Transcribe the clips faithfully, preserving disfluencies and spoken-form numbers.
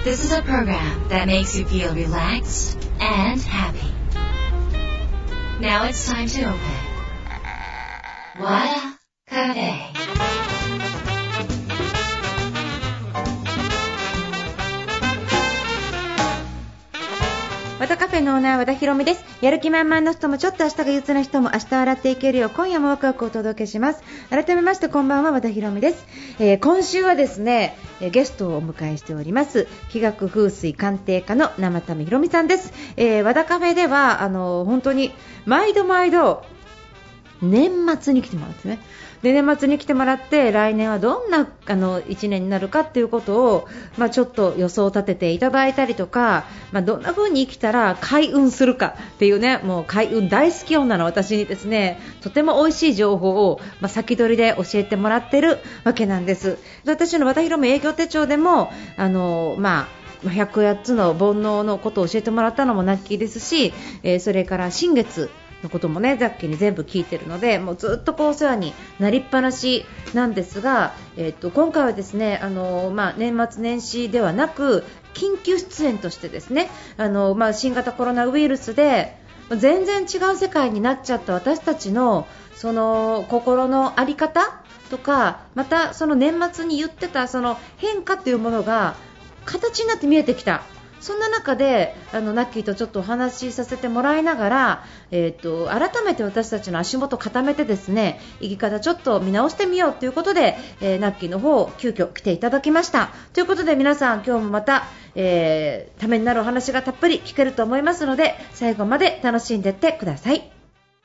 This is a program that makes you feel relaxed and happy. Now it's time to open Wada Cafe. 和田カフェのオーナー和田博美です。やる気満々の人もちょっと明日が憂鬱な人も明日笑っていけるよう今夜もワクワクお届けします。改めましてこんばんは、和田博美です。えー、今週はですね、えー、ゲストをお迎えしております気学風水鑑定家の生田目ひろみさんです。えー、和田カフェではあの本当に毎度毎度年末に来てもらうんですね。で年末に来てもらって来年はどんなあのいちねんになるかっていうことを、まあ、ちょっと予想を立てていただいたりとか、まあ、どんな風に生きたら開運するかっていうね、もう開運大好き女の私にですねとても美味しい情報を、まあ、先取りで教えてもらってるわけなんです。で私の和田博美営業手帳でもあの、まあひゃくはちつの煩悩のことを教えてもらったのもナッキーですし、えー、それから新月のこともね、ザッキーに全部聞いてるので、もうずっとこうお世話になりっぱなしなんですが、えー、と今回はですね、あのまあ、年末年始ではなく緊急出演としてですね、あの、まあ、新型コロナウイルスで全然違う世界になっちゃった私たちのその心の在り方とか、またその年末に言ってたその変化というものが形になって見えてきた。そんな中であのナッキーとちょっとお話しさせてもらいながら、えー、と改めて私たちの足元を固めてですね、生き方ちょっと見直してみようということで、えー、ナッキーの方急遽来ていただきました。ということで皆さん今日もまた、えー、ためになるお話がたっぷり聞けると思いますので最後まで楽しんでいってください。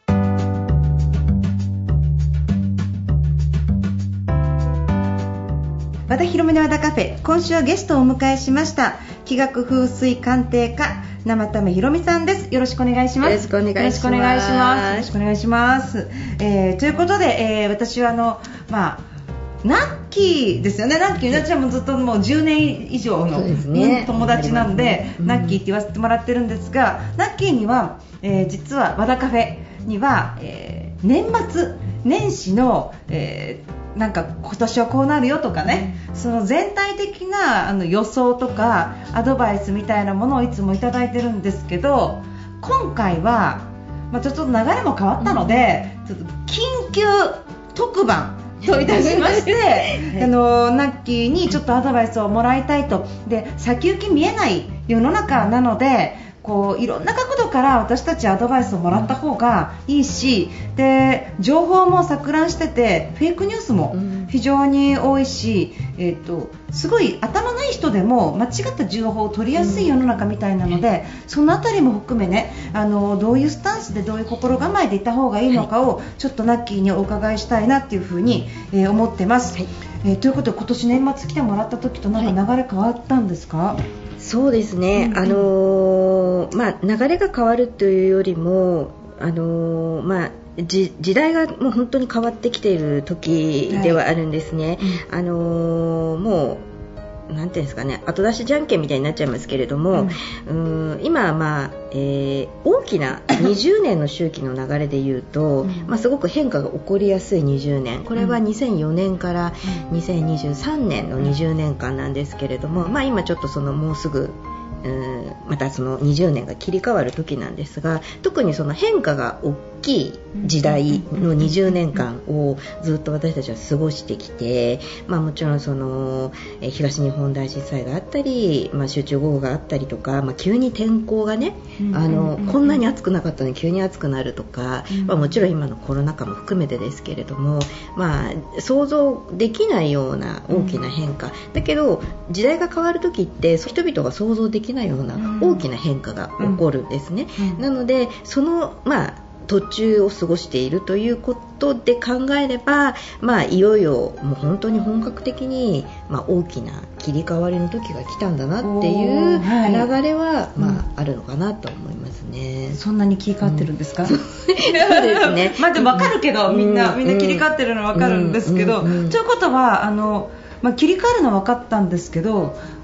和田博美の和田カフェ、今週はゲストをお迎えしました気学風水鑑定家生田目ひろみさんです。よろしくお願いします。 よろしくお願いします。 よろしくお願いします。よろしくお願いします。えー、ということで、えー、私はあの、まあ、ナッキーですよね。ナッキー、私はもうずっともうじゅうねん以上の、ね、友達なので、ねうん、ナッキーって言わせてもらってるんですが、ナッキーには、えー、実は和田カフェには、えー、年末年始の、えーなんか今年はこうなるよとかね、その全体的なあの予想とかアドバイスみたいなものをいつもいただいてるんですけど、今回は、まあ、ちょっと流れも変わったので、ちょっと緊急特番といたしまして、はい、あのナッキーにちょっとアドバイスをもらいたいと。で先行き見えない世の中なのでこういろんな角度から私たちアドバイスをもらった方がいいし、で情報も錯乱しててフェイクニュースも非常に多いし、えー、とすごい頭のいい人でも間違った情報を取りやすい世の中みたいなので、そのあたりも含めね、あのどういうスタンスでどういう心構えでいった方がいいのかをちょっとナッキーにお伺いしたいなっていうふうに、えー、思ってます、はいえー、ということで今年年末来てもらった時となんか流れ変わったんですか？はいそうですね、うんうん、あのーまあ、流れが変わるというよりも、あのーまあ、じ時代がもう本当に変わってきている時ではあるんですね、はいうんあのー、もうなんていうんですかね、後出しじゃんけんみたいになっちゃいますけれども、うん、うん今は、まあえー、大きなにじゅうねんの周期の流れでいうと、うんまあ、すごく変化が起こりやすいにじゅうねん、これはにせんよねんからにせんにじゅうさんねんのにじゅうねんかんなんですけれども、まあ、今ちょっとそのもうすぐうんまたそのにじゅうねんが切り替わる時なんですが、特にその変化が大きい時代のにじゅうねんかんをずっと私たちは過ごしてきて、まあ、もちろんそのえ東日本大震災があったり、まあ、集中豪雨があったりとか、まあ、急に天候がねあのこんなに暑くなかったのに急に暑くなるとか、まあ、もちろん今のコロナ禍も含めてですけれども、まあ、想像できないような大きな変化だけど、時代が変わる時って人々が想像できないような大きな変化が起こるんですね、うんうん、なのでその、まあ、途中を過ごしているということで考えれば、まあ、いよいよもう本当に本格的に、まあ、大きな切り替わりの時が来たんだなっていう流れは、はいまあ、あるのかなと思いますね。 そんなに切り替わってるんですか？うん、 そうですねまあでも分かるけど、うん、みんなみんな切り替わってるのは分かるんですけど、うんうんうんうん、ということはあの、まあ、切り替わるのは分かったんですけど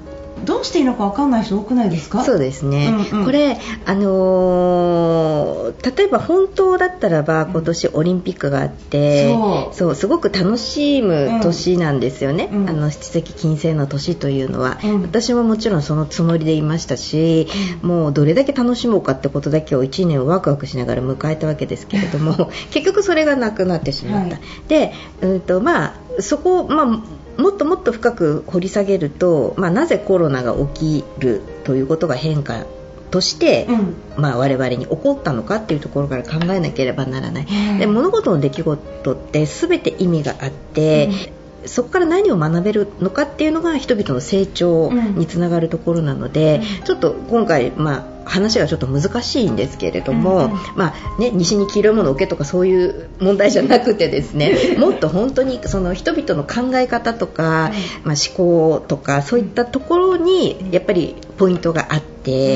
どうしていいのか分かんない人多くないですか？ そうですね、うんうん、これ、あのー、例えば本当だったらば今年オリンピックがあって、うん、そうそうすごく楽しむ年なんですよね、うん、あの七石金星の年というのは、うん、私ももちろんそのつもりでいましたし、うん、もうどれだけ楽しもうかってことだけをいちねんをワクワクしながら迎えたわけですけれども結局それがなくなってしまった、はい、で、うんとまあ、そこを、まあもっともっと深く掘り下げると、まあ、なぜコロナが起きるということが変化として、うんまあ、我々に起こったのかっていうところから考えなければならない、うん、で物事の出来事って全て意味があって、うん、そこから何を学べるのかっていうのが人々の成長につながるところなので、うん、ちょっと今回、まあ話がちょっと難しいんですけれども、うんまあね、西に黄色いものを受けとかそういう問題じゃなくてですねもっと本当にその人々の考え方とか、まあ、思考とかそういったところにやっぱりポイントがあって、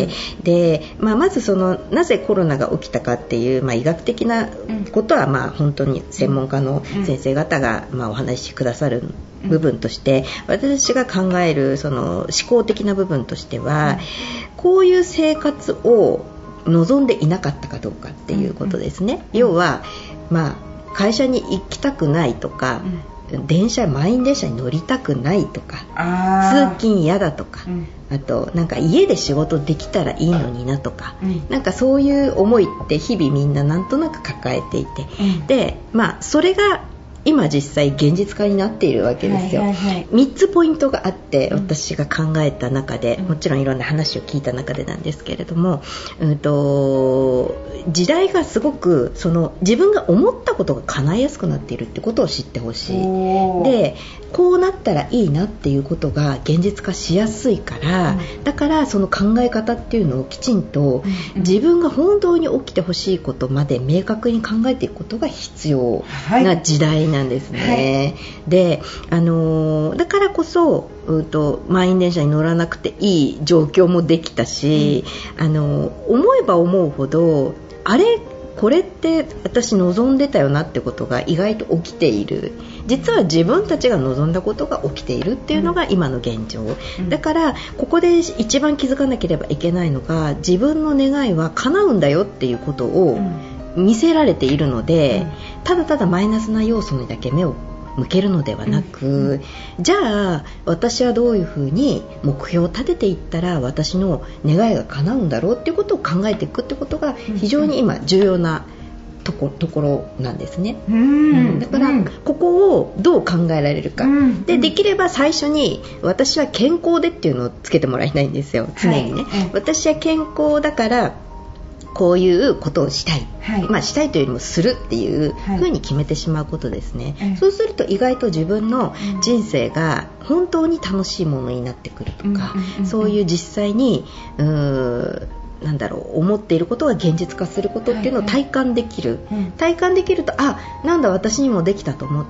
うんでまあ、まずそのなぜコロナが起きたかっていう、まあ、医学的なことは、まあ、本当に専門家の先生方が、まあ、お話しくださる部分として、私が考えるその思考的な部分としては、こういう生活を望んでいなかったかどうかっていうことですね、うん、要は、まあ、会社に行きたくないとか、うん、電車満員電車に乗りたくないとか通勤嫌だとか、うん、あとなんか家で仕事できたらいいのになとか、うん、なんかそういう思いって日々みんななんとなく抱えていて、うん、で、まあ、それが今実際現実化になっているわけですよ、はいはいはい、みっつポイントがあって私が考えた中で、うん、もちろんいろんな話を聞いた中でなんですけれども、うんと、時代がすごくその自分が思ったことが叶いやすくなっているってことを知ってほしい。で、こうなったらいいなっていうことが現実化しやすいから、うん、だからその考え方っていうのをきちんと自分が本当に起きてほしいことまで明確に考えていくことが必要な時代なんですね、はい、で、あのー、だからこそ、うんと、満員電車に乗らなくていい状況もできたし、うん、あのー、思えば思うほどあれこれって私望んでたよなってことが意外と起きている。実は自分たちが望んだことが起きているっていうのが今の現状、うん、だからここで一番気づかなければいけないのが、自分の願いは叶うんだよっていうことを見せられているので、うん、ただただマイナスな要素にだけ目を向けるのではなく、うん、じゃあ私はどういうふうに目標を立てていったら私の願いが叶うんだろうっていうことを考えていくってことが非常に今重要なとこ、ところなんですね、うんうん、だからここをどう考えられるか、うん、で、できれば最初に私は健康でっていうのをつけてもらいたいんですよ、常にね、はい、私は健康だからこういうことをしたい、はい、まあ、したいというよりもするっていう風に決めてしまうことですね、はい、そうすると意外と自分の人生が本当に楽しいものになってくるとか、うんうんうんうん、そういう実際にうーなんだろう思っていることが現実化することっていうのを体感できる、はいはい、体感できると、あ、なんだ私にもできたと思って、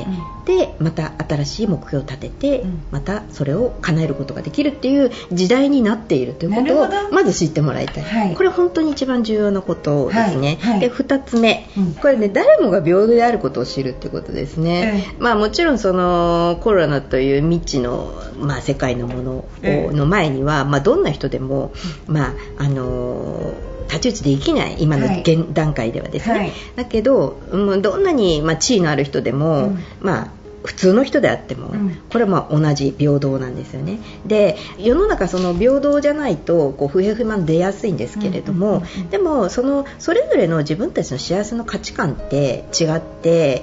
うん、でまた新しい目標を立てて、うん、またそれを叶えることができるっていう時代になっているということをまず知ってもらいたい、はい、これ本当に一番重要なことですね、はいはい、でふたつめ、うん、これね、誰もが平等であることを知るってことですね、うん、まあ、もちろんそのコロナという未知の、まあ、世界のものを、うん、の前には、まあ、どんな人でも、まあ、あの太刀打ちできない今の現段階ではですね、はい、だけど、うん、どんなに、まあ、地位のある人でも、うん、まあ普通の人であっても、うん、これはまあ同じ平等なんですよね。で、世の中その平等じゃないとこう不平不満出やすいんですけれども、うんうんうんうん、でもそのそれぞれの自分たちの幸せの価値観って違って、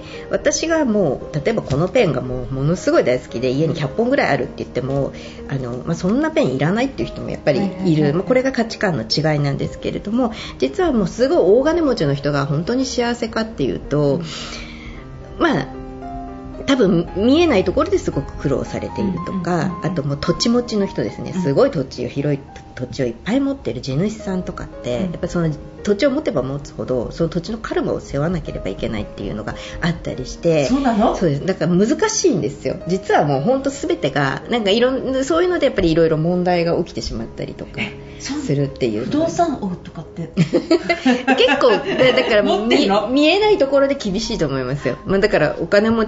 私がもう例えばこのペンがもうものすごい大好きで家にひゃっぽんぐらいあるって言っても、あの、まあ、そんなペンいらないっていう人もやっぱりいる、はいはいはい、まあ、これが価値観の違いなんですけれども、実はもうすごい大金持ちの人が本当に幸せかっていうと、うん、まあ多分見えないところですごく苦労されているとか、あともう土地持ちの人ですね、すごい土地を広い土地をいっぱい持っている地主さんとかって、やっぱその土地を持てば持つほどその土地のカルマを背負わなければいけないっていうのがあったりして、 そうなの？ そうです。だから難しいんですよ。実はもう本当全てがなんかいろんそういうのでやっぱりいろいろ問題が起きてしまったりとかするっていう。 不動産王とかって結構だから見, 見えないところで厳しいと思いますよ。まあ、だからお金持ちの世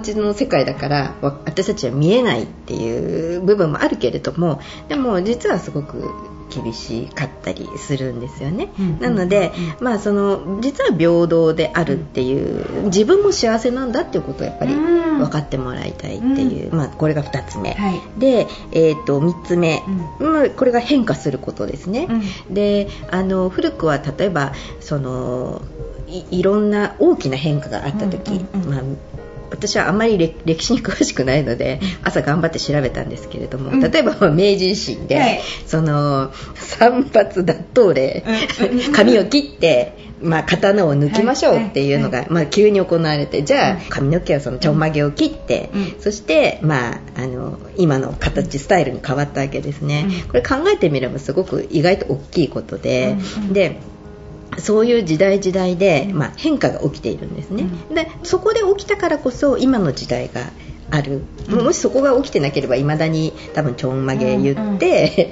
世界だから私たちは見えないっていう部分もあるけれども、でも実はすごく厳しかったりするんですよね、うんうん、なので、まあ、その実は平等であるっていう、自分も幸せなんだっていうことをやっぱり分かってもらいたいっていう、うん、まあ、これがふたつめ、はい、で、えー、とみっつめ、うん、これが変化することですね、うん、であの古くは例えばその い, いろんな大きな変化があった時、うんうんうん、まあ私はあんまり歴史に詳しくないので朝頑張って調べたんですけれども、うん、例えば明治維新で、はい、その散髪脱頭令、うん、髪を切って、まあ、刀を抜きましょうっていうのが、はいはい、まあ、急に行われて、じゃあ髪の毛はそのちょんまげを切って、うん、そして、まあ、あの今の形スタイルに変わったわけですね、うん、これ考えてみればすごく意外と大きいことで、うんうん、でそういう時代時代で、まあ、変化が起きているんですね、うん、でそこで起きたからこそ今の時代がある、うん、もしそこが起きてなければ未だに多分ちょんまげ言って、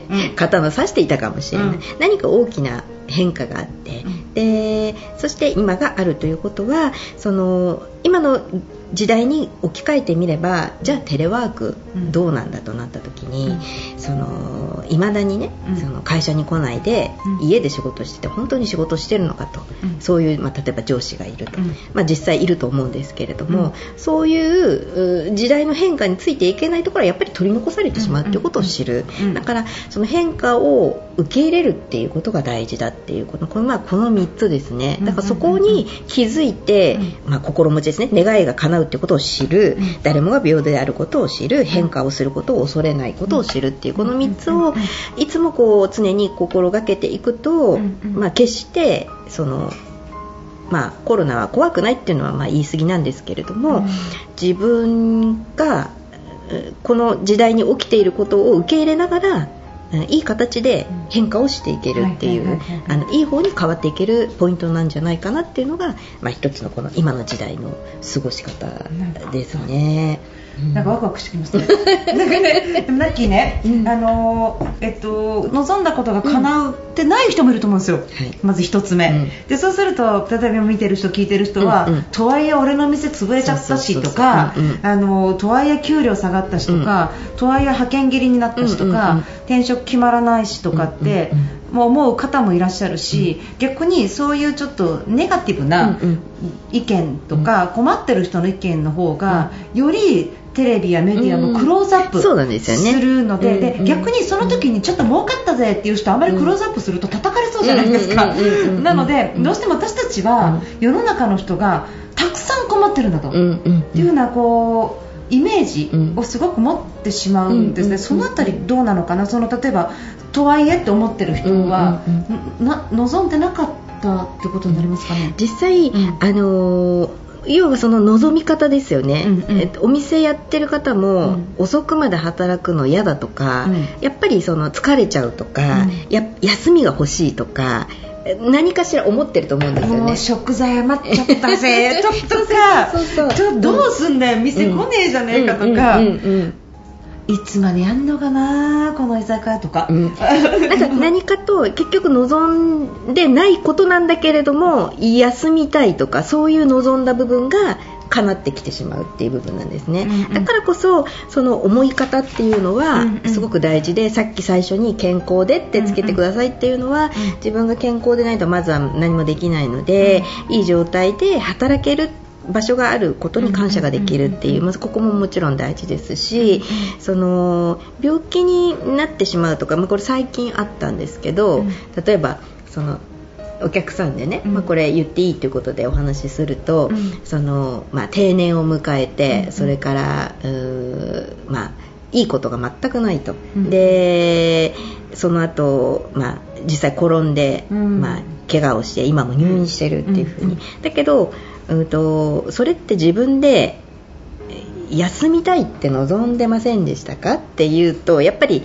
うんうん、刀刺していたかもしれない、うん、何か大きな変化があって、うん、でそして今があるということはその今の時代に置き換えてみれば、じゃあテレワークどうなんだとなった時に、うん、その未だにね、うん、その会社に来ないで、うん、家で仕事してて本当に仕事してるのかと、うん、そういう、まあ、例えば上司がいると、うん、まあ、実際いると思うんですけれども、うん、そういう時代の変化についていけないところはやっぱり取り残されてしまうということを知る、うんうん、だからその変化を受け入れるっていうことが大事だっていうこと、この、まあ、このみっつですね。だからそこに気づいて、うん、まあ、心持ちですね、願いが叶うっていうことを知る、うん、誰もが平等であることを知る、変化をすることを恐れないことを知るっていうこのみっつをいつもこう常に心がけていくと、まあ、決してその、まあ、コロナは怖くないっていうのはまあ言い過ぎなんですけれども、自分がこの時代に起きていることを受け入れながらいい形で変化をしていけるっていう、あのいい方に変わっていけるポイントなんじゃないかなっていうのが、まあ、一つのこの今の時代の過ごし方ですね。 なんかワクワクしてきますね。なんかね、ラッキーね、うん、あのえっと望んだことが叶うってない人もいると思うんですよ。うん、まず一つ目、うん、でそうすると例えば見てる人聞いてる人は、うんうん、とはいえ俺の店潰れちゃったしとか、あのとはいえ給料下がったしとか、うん、とはいえ派遣切りになったしとか、うんうんうん、転職決まらないしとかって、うんうんうんもう思う方もいらっしゃるし、うん、逆にそういうちょっとネガティブな意見とか、うん、困ってる人の意見の方が、うん、よりテレビやメディアもクローズアップするので、で逆にその時にちょっと儲かったぜっていう人あまりクローズアップすると叩かれそうじゃないですか。なのでどうしても私たちは世の中の人がたくさん困ってるんだと、っていうようなこうイメージをすごく持ってしまうんですね。そのあたりどうなのかな。その例えばとはいえって思ってる人は、うんうん、な望んでなかったってことになりますかね。 実際、うん、あのー要はその望み方ですよね、うんうんえっと、お店やってる方も、うん、遅くまで働くの嫌だとか、うん、やっぱりその疲れちゃうとか、うん、や休みが欲しいとか何かしら思ってると思うんですよね。 もう食材余っちゃったぜちょっとさそうそうそうちょっとどうすんだよ、うん、店来ねえじゃねえかとか、うんうんうんうんいつまでやんのかなこの居酒屋とか、うん、 なんか何かと結局望んでないことなんだけれども休みたいとかそういう望んだ部分が叶ってきてしまうっていう部分なんですね、うんうん、だからこそその思い方っていうのはすごく大事で、うんうん、さっき最初に健康でってつけてくださいっていうのは、うんうん、自分が健康でないとまずは何もできないので、うん、いい状態で働ける場所があることに感謝ができるっていう、まずここももちろん大事ですし、その病気になってしまうとか、まあ、これ最近あったんですけど、例えばそのお客さんでね、まあ、これ言っていいということでお話しすると、そのまあ、定年を迎えてそれからうー、まあ、いいことが全くないと、でその後、まあ実際転んで、まあ、怪我をして今も入院してるっていうふうに、だけどうんとそれって自分で休みたいって望んでませんでしたかっていうとやっぱり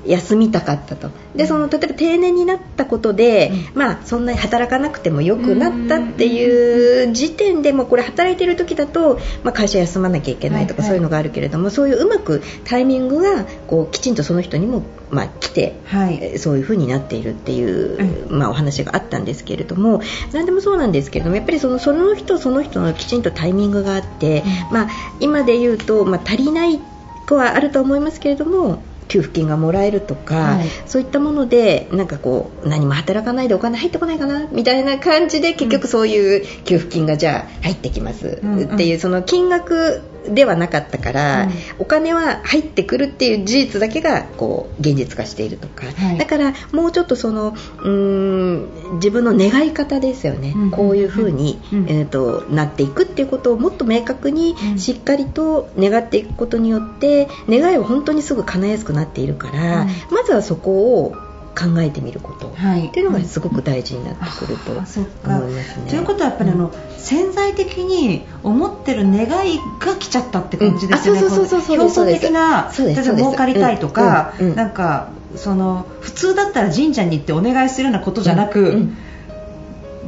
休みたかったと。でその例えば定年になったことで、うん、まあそんなに働かなくてもよくなったっていう時点でもこれ働いてる時だと、まあ、会社休まなきゃいけないとかそういうのがあるけれども、はいはい、そういううまくタイミングがこうきちんとその人にもまあ来て、はい、そういう風になっているっていう、うん、まあ、お話があったんですけれども、何でもそうなんですけれどもやっぱりその、その人その人のきちんとタイミングがあって、うん、まあ、今で言うと、まあ、足りないとはあると思いますけれども給付金がもらえるとか、はい、そういったものでなんかこう何も働かないでお金入ってこないかなみたいな感じで結局そういう給付金がじゃあ入ってきますっていう、その金額ではなかったから、うん、お金は入ってくるっていう事実だけがこう現実化しているとか、はい、だからもうちょっとそのうーん自分の願い方ですよね、うん、こういう風に、うん、えーと、なっていくっていうことをもっと明確にしっかりと願っていくことによって願いは本当にすぐ叶えやすくなっているから、うん、まずはそこを考えてみること、はい、っていうのがすごく大事になってくると思いますね。 ということはやっぱりあの、うん、潜在的に思ってる願いが来ちゃったって感じですよね。表層的な例えば儲かりたいとか、うんうん、なんかその普通だったら神社に行ってお願いするようなことじゃなく、うんうん、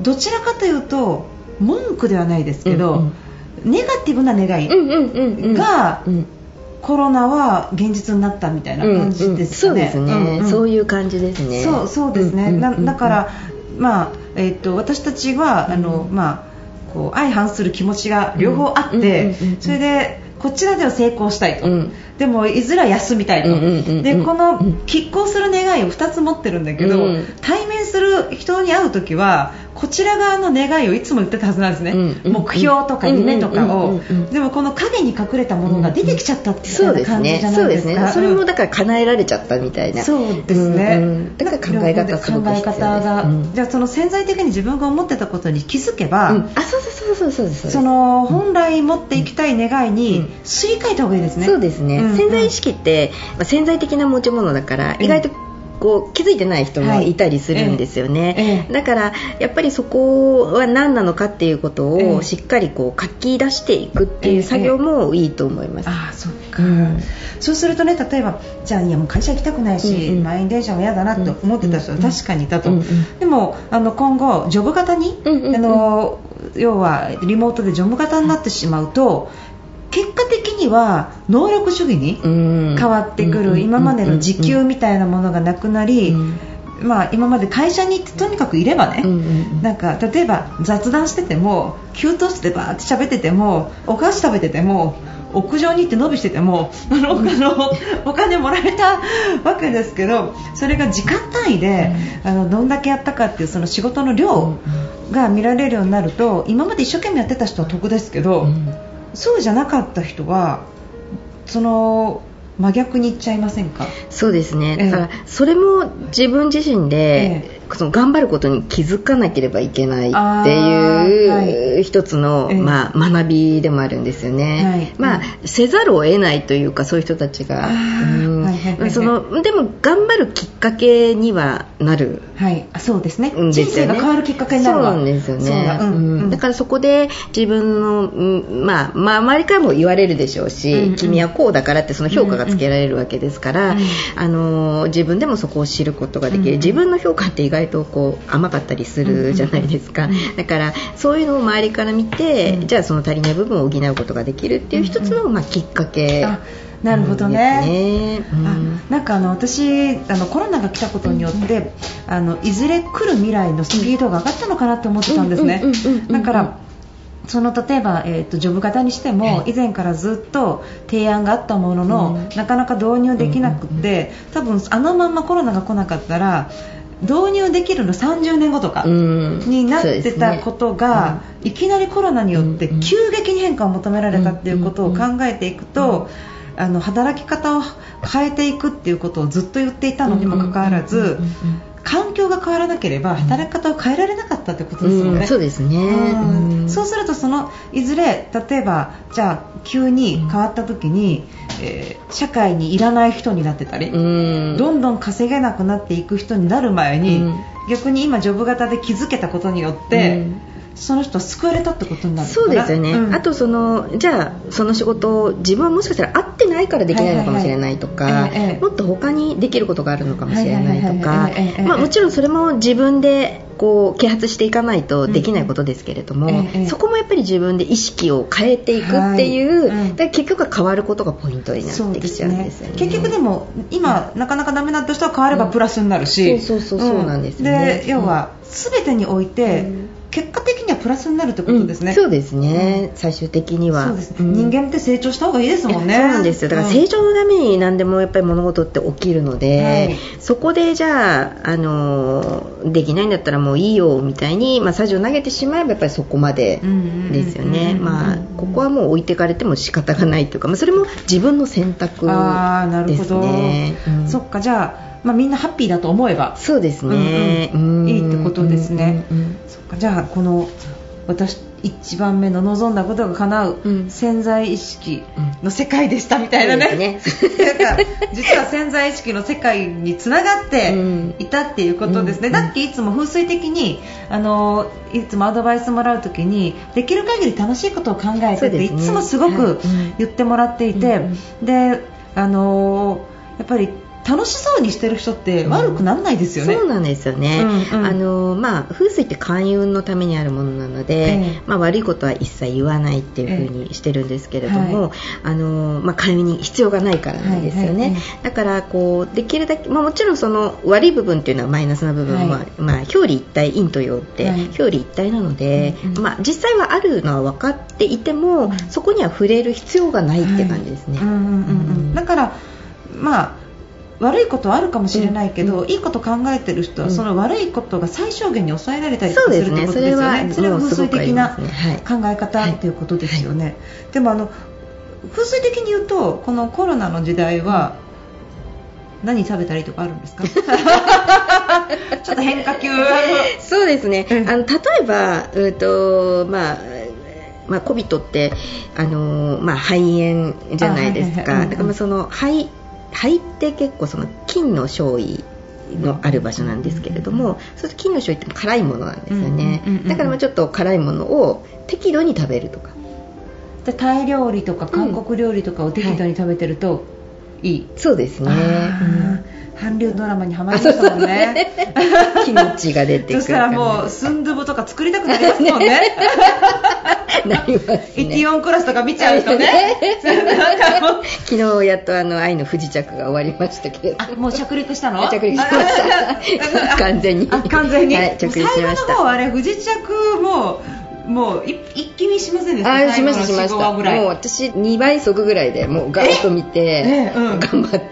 どちらかというと文句ではないですけど、うんうん、ネガティブな願いが、うんうんうんうんコロナは現実になったみたいな感じですかね、うんうん、そうですね、 うんうん、そういう感じですね。 そう、そうですね、うんうんうん、だから、まあえー、と私たちは、うん、あのまあ、こう相反する気持ちが両方あって、うんうんうんうん、それでこちらでは成功したいと、うん、でもいずれは休みたいと、うんうんうん、でこの拮抗する願いをふたつ持ってるんだけど、うん、対面する人に会うときはこちら側の願いをいつも言ってたはずなんですね、うんうん、目標とか夢とかを、うんうんうんうん、でもこの影に隠れたものが出てきちゃったっていうような感じじゃないですか。そうですね、そうですね、それもだから叶えられちゃったみたいな。そうですね、うんうん、だから考え方がすごく必要です。考え方が、うん、じゃあその潜在的に自分が思ってたことに気づけば、うん、あ、そうそうそうそうそう、その本来持っていきたい願いにすり替えた方がいいですね。 そうですね、うんうん、潜在意識って、まあ、潜在的な持ち物だから意外とこう気づいてない人もいたりするんですよね、はい、ええ、だからやっぱりそこは何なのかっていうことをしっかりこう書き出していくっていう作業もいいと思います、 ええええ、あ、そっか、うん、そうするとね、例えばじゃあいやもう会社行きたくないし、うんうん、満員電車も嫌だなと思ってた人は確かにいたと、うんうん、でもあの今後ジョブ型に、うんうんうん、あの要はリモートでジョブ型になってしまうと結果的には能力主義に変わってくる、今までの時給みたいなものがなくなり、まあ、今まで会社に行ってとにかくいればね、なんか例えば雑談してても給湯室でバーって喋っててもお菓子食べてても屋上に行って伸びしててもあのお金もらえたわけですけど、それが時間単位であのどんだけやったかっていうその仕事の量が見られるようになると、今まで一生懸命やってた人は得ですけど、そうじゃなかった人はその真逆にいっちゃいませんか。 そうですね、だからそれも自分自身で、ええ、その頑張ることに気づかなければいけないっていう、はい、一つの、まあ、学びでもあるんですよね、はい、まあ、せざるを得ないというか、そういう人たちが、うんはいはいはい、そのでも頑張るきっかけにはなる、 はい、そうですね、人生が変わるきっかけになるわ。 そうなんですよね、だ、うんうん、だからそこで自分の、うんまあまあ、周りからも言われるでしょうし、うんうん、君はこうだからってその評価がつけられるわけですから、うんうん、あの自分でもそこを知ることができる、うんうん、自分の評価って意外とこう甘かったりするじゃないですか、うんうん、だからそういうのを周りから見て、うん、じゃあその足りない部分を補うことができるっていう一つの、まあ、きっかけ、うんうん、 なるほどね、うん、あなんかあの私あのコロナが来たことによって、うん、あのいずれ来る未来のスピードが上がったのかなと思ってたんですね。だからその例えば、えーと、ジョブ型にしても以前からずっと提案があったものの、うん、なかなか導入できなくて、多分あのまんまコロナが来なかったら導入できるのさんじゅうねんごとかになってたことが、うんね、いきなりコロナによって急激に変化を求められたっていうことを考えていくと、あの働き方を変えていくっていうことをずっと言っていたのにもかかわらず、環境が変わらなければ働き方を変えられなかったってことですよね、 うん、そうですね、 うん、そうするとそのいずれ例えばじゃあ急に変わった時に、えー、社会にいらない人になってたり、うん、どんどん稼げなくなっていく人になる前に、うん、逆に今ジョブ型で気づけたことによって、うん、 その人は救われたってことになるのかな。 そうですよね、うん、あとそのじゃあその仕事を自分はもしかしたら合ってないからできないのかもしれないとか、もっと他にできることがあるのかもしれないとか、もちろんそれも自分でこう啓発していかないとできないことですけれども、うんええ、そこもやっぱり自分で意識を変えていくっていう、はいうん、だから結局は変わることがポイントになってきちゃうんですよね。 結局でも今、うん、なかなかダメだった人は変わればプラスになるし、 うん、そうそうそうそうなんですよね。 で要は全てにおいて、うん結果的にはプラスになるってことですね、 うん、そうですね、うん、最終的にはそうです、うん、人間って成長した方がいいですもんね。 そうなんですよ。だから成長のために何でもやっぱり物事って起きるので、はい、そこでじゃあ、あのできないんだったらもういいよみたいに、まあ、サジを投げてしまえばやっぱりそこまでですよね。まあここはもう置いてかれても仕方がないというか、まあ、それも自分の選択ですね。あー、なるほど、うん、 そっか。じゃあまあ、みんなハッピーだと思えばそうですね、 うんうん、いいってことですね、うんうんうん、そっか。じゃあこの私一番目の望んだことが叶う、うん、潜在意識の世界でしたみたいなね、うん、ねなんか実は潜在意識の世界につながっていたっていうことですね、うん、だっていつも風水的にあのいつもアドバイスもらうときにできる限り楽しいことを考えてって、ね、いつもすごく言ってもらっていて、はいうん、であのやっぱり楽しそうにしてる人って悪くならないですよね、 うん、そうなんですよね、うんうん、あのまあ、風水って開運のためにあるものなので、えーまあ、悪いことは一切言わないっていう風にしてるんですけれども、えーはいあのまあ、開運に必要がないからなんですよね、はいはいはい、だからこうできるだけ、まあ、もちろんその悪い部分っていうのはマイナスな部分は、はいまあ、表裏一体陰と陽って、はい、表裏一体なので、うんうんまあ、実際はあるのは分かっていても、うん、そこには触れる必要がないって感じですね、はいうんうんうん、 だからまあ悪いことはあるかもしれないけど、うん、いいこと考えてる人は、うん、その悪いことが最小限に抑えられたりとかするってことですよね。それは風水的な考え方っていうことですよね、はいはい、でもあの風水的に言うとこのコロナの時代は何食べたらいいとかあるんですかちょっと変化球そうですね、あの例えばうとまあまあ、コビットってあの、まあ、肺炎じゃないですか。だからまあその肺肺って結構その菌の勝位のある場所なんですけれども、うんうん、そうすると菌の勝位って辛いものなんですよね、うんうんうんうん、だからまあちょっと辛いものを適度に食べるとか。 でタイ料理とか韓国料理とかを適度に食べてるといい、 うんはい、そうですね、うん韓流ドラマにハマりましたもんねキムチが出てくるそしたらもうスンドゥブとか作りたくなりますもんねなりますね。 イティオンクラスとか見ちゃうとね昨日やっとあの愛の不時着が終わりましたけれどあもう着陸したの着陸しました完全に完全に、 はい、着陸しました。 最後の方あれ不時着ももう一気見しませんでした？ あしましたしました。もう私にばい速ぐらいでもうガーッと見て、ええうん、頑張って、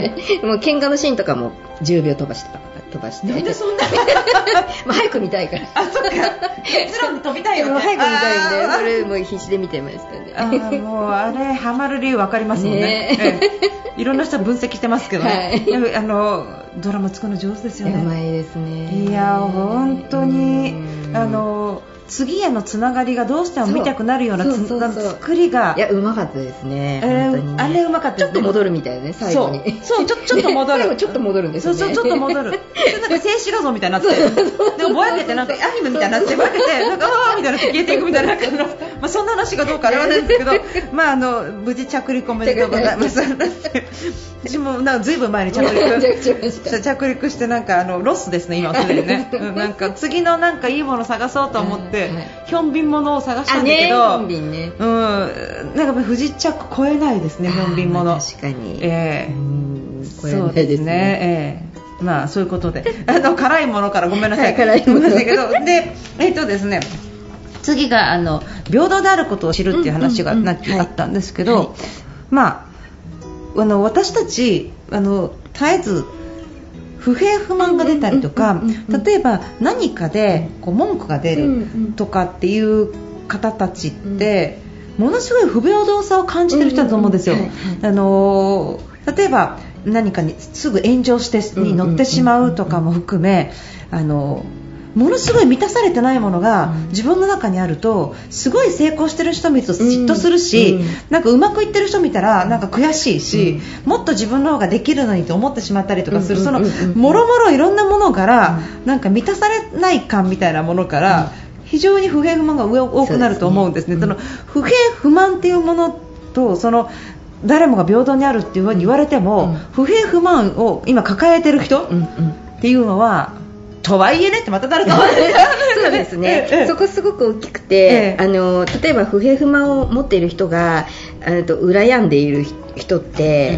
え、もう喧嘩のシーンとかもじゅうびょう飛ばした飛ばしてなんでそんなまあ早く見たいからあそっか結論に飛びたいよね早く見たいんでそれもう必死で見てましたね。 あもうあれハマる理由分かりますもんね、ねええ、いろんな人分析してますけどね、はい、あのドラマ作るの上手ですよね。 うまいですね。 いや本当にあの次へのつながりがどうしても見たくなるようなつそうそうそう作りがいやうまかったですね、 えー、本当にねあれうまかったですね。 ちょっと戻るみたいなね最後にそうそうちょ、ちょっと戻るちょっと戻るんですね。 そうそうちょっと戻るなんか静止画像みたいになってでもぼやけてなんかアニメみたいになってぼやけてなんかあーみたいな消えていくみたいなまあそんな話がどうかあれはないんですけどまああの無事着陸おめでとうございます私もなんかずいぶん前に着陸着陸してなんかあのロスですね今すでにねなんか次のなんかいいものを探そうと思ってヒョンビンものを探したんだけど、 ねねうん、なんか不時着超えないですね、ヒョンビンもの。 確かに、 えー、 うん超えないですね。そうですね、 えー、まあそういうことであの辛いものからごめんなさい、 辛いものだけどでえっとですね次があの平等であることを知るっていう話が、うんうんうん、あったんですけど、はい、まああの私たちあの絶えず不平不満が出たりとか、例えば何かでこう文句が出るとかっていう方たちってものすごい不平等さを感じてる人だと思うんですよ。あの例えば何かにすぐ炎上してに乗ってしまうとかも含めあのものすごい満たされてないものが自分の中にあるとすごい成功してる人見ると嫉妬するし、うん、なんかうまくいってる人見たらなんか悔しいし、うん、もっと自分の方ができるのにと思ってしまったりとかする、うん、そのもろもろいろんなものから、うん、なんか満たされない感みたいなものから、うん、 非常に不平不満が上多くなると思うんですね。その不平不満っていうものとその誰もが平等にあるっていうふうに言われても、うん、不平不満を今抱えてる人っていうのは、うんうん、とはいえねってまた誰かそうですね、ええ、そこすごく大きくて、ええ、あの例えば不平不満を持っている人がと羨んでいる人って、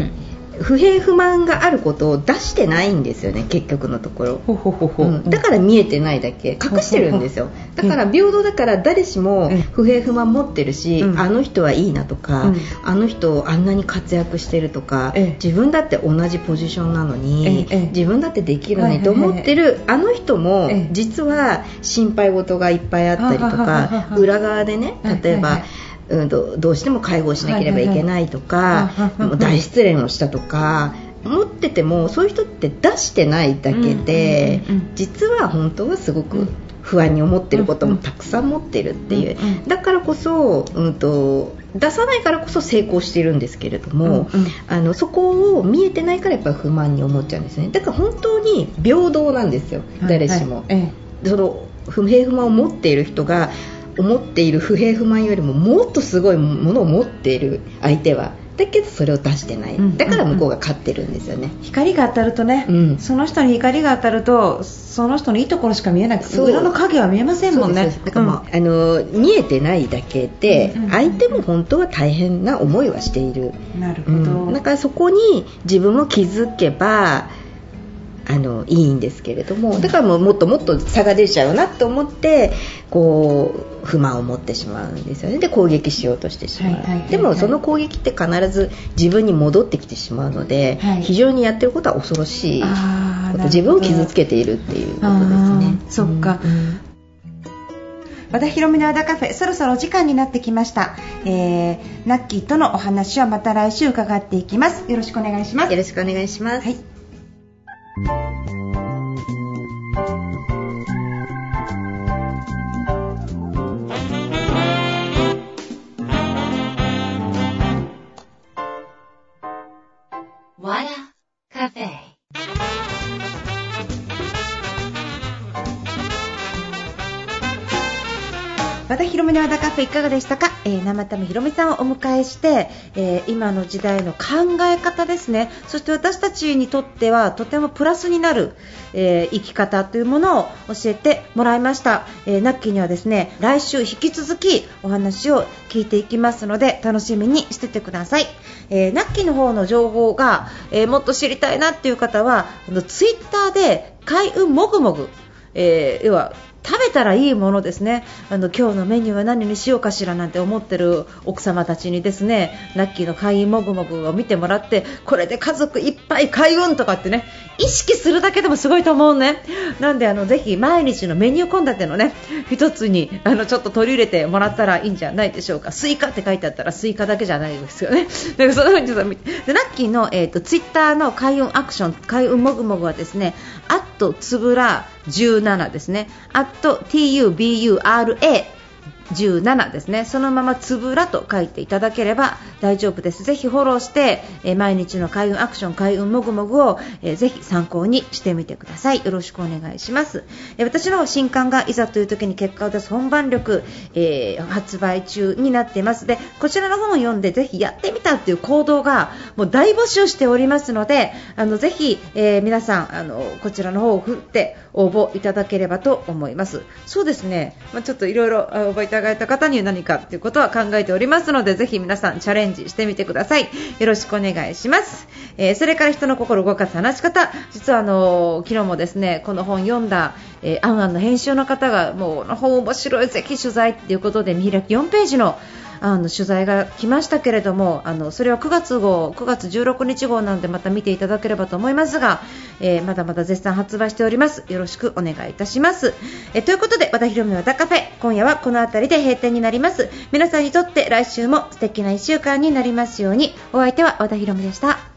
うん不平不満があることを出してないんですよね、結局のところ。ほほほほ、うん、だから見えてないだけ、隠してるんですよ。だから平等だから誰しも不平不満持ってるし、うん、あの人はいいなとか、うん、あの人あんなに活躍してるとか、うん、自分だって同じポジションなのに、うん、自分だってできるのにと思ってるあの人も実は心配事がいっぱいあったりとか、裏側でね、例えばうん、ど, どうしても介護をしなければいけないとか、もう大失恋をしたとか思ってても、そういう人って出してないだけで、うんうんうんうん、実は本当はすごく不安に思ってることもたくさん持ってるっていう、うんうん、だからこそ、うん、と出さないからこそ成功してるんですけれども、うんうん、あのそこを見えてないからやっぱり不満に思っちゃうんですね。だから本当に平等なんですよ、誰しも、はいはい、その不平不満を持っている人が思っている不平不満よりももっとすごいものを持っている相手はだけどそれを出してない、うん、だから向こうが勝ってるんですよね、 うん、光が当たるとね、うん、その人に光が当たるとその人のいいところしか見えなくて裏の影は見えませんもんね。 だから、まあうん、あの見えてないだけで、うん、相手も本当は大変な思いはしている。 なるほど、 うん、だからそこに自分も気づけばあのいいんですけれども、だからもうもっともっと差が出ちゃうなと思ってこう不満を持ってしまうんですよね。で攻撃しようとしてしまう、はいはいはいはい、でもその攻撃って必ず自分に戻ってきてしまうので、はい、非常にやってることは恐ろしいこと、自分を傷つけているっていうことですね。 そっか、うん、和田博美の和田カフェ、そろそろお時間になってきました、えー、ナッキーとのお話はまた来週伺っていきます。よろしくお願いします。 よろしくお願いします、はい。 和田カフェ。 和田博美の和田カフェいかがでしたか。えー、生田目ひろみさんをお迎えして、えー、今の時代の考え方ですね、そして私たちにとってはとてもプラスになる、えー、生き方というものを教えてもらいました。えー、ナッキーにはですね来週引き続きお話を聞いていきますので楽しみにしててください。えー、ナッキーの方の情報が、えー、もっと知りたいなっていう方はツイッターで開運もぐもぐ、えー、要は食べたらいいものですね。あの今日のメニューは何にしようかしらなんて思ってる奥様たちにですねラッキーの開運もぐもぐを見てもらって、これで家族いっぱい開運とかってね意識するだけでもすごいと思うね。なんであのぜひ毎日のメニュー献立のね一つにあのちょっと取り入れてもらったらいいんじゃないでしょうか。スイカって書いてあったらスイカだけじゃないですよね。だからそのようにちょっと見てでラッキーの、えーと、ツイッターの開運アクション開運もぐもぐはですねアットつぶらじゅうななですね、アット ティーユービーユーアールエーじゅうななですね、そのままつぶらと書いていただければ大丈夫です。ぜひフォローして、えー、毎日の開運アクション開運もぐもぐを、えー、ぜひ参考にしてみてください。よろしくお願いします。えー、私の新刊がいざという時に結果を出す本番力、えー、発売中になっていますで、こちらの本を読んでぜひやってみたっていう行動がもう大募集しておりますので、あのぜひ、えー、皆さんあのこちらの方を振って応募いただければと思います。そうですね、まあ、ちょっといろいろ応募いただいた方に何かということは考えておりますので、ぜひ皆さんチャレンジしてみてください。よろしくお願いします。えー、それから人の心を動かす話し方、実はあのー、昨日もですねこの本読んだ、えー、あんあんの編集の方がもう本面白いぜひ取材ということで見開きよんページのあの取材が来ましたけれども、あのそれはくがつ号くがつじゅうろくにち号なのでまた見ていただければと思いますが、えー、まだまだ絶賛発売しております。よろしくお願いいたします。えー、ということで和田博美和田カフェ、今夜はこの辺りで閉店になります。皆さんにとって来週も素敵ないっしゅうかんになりますように。お相手は和田博美でした。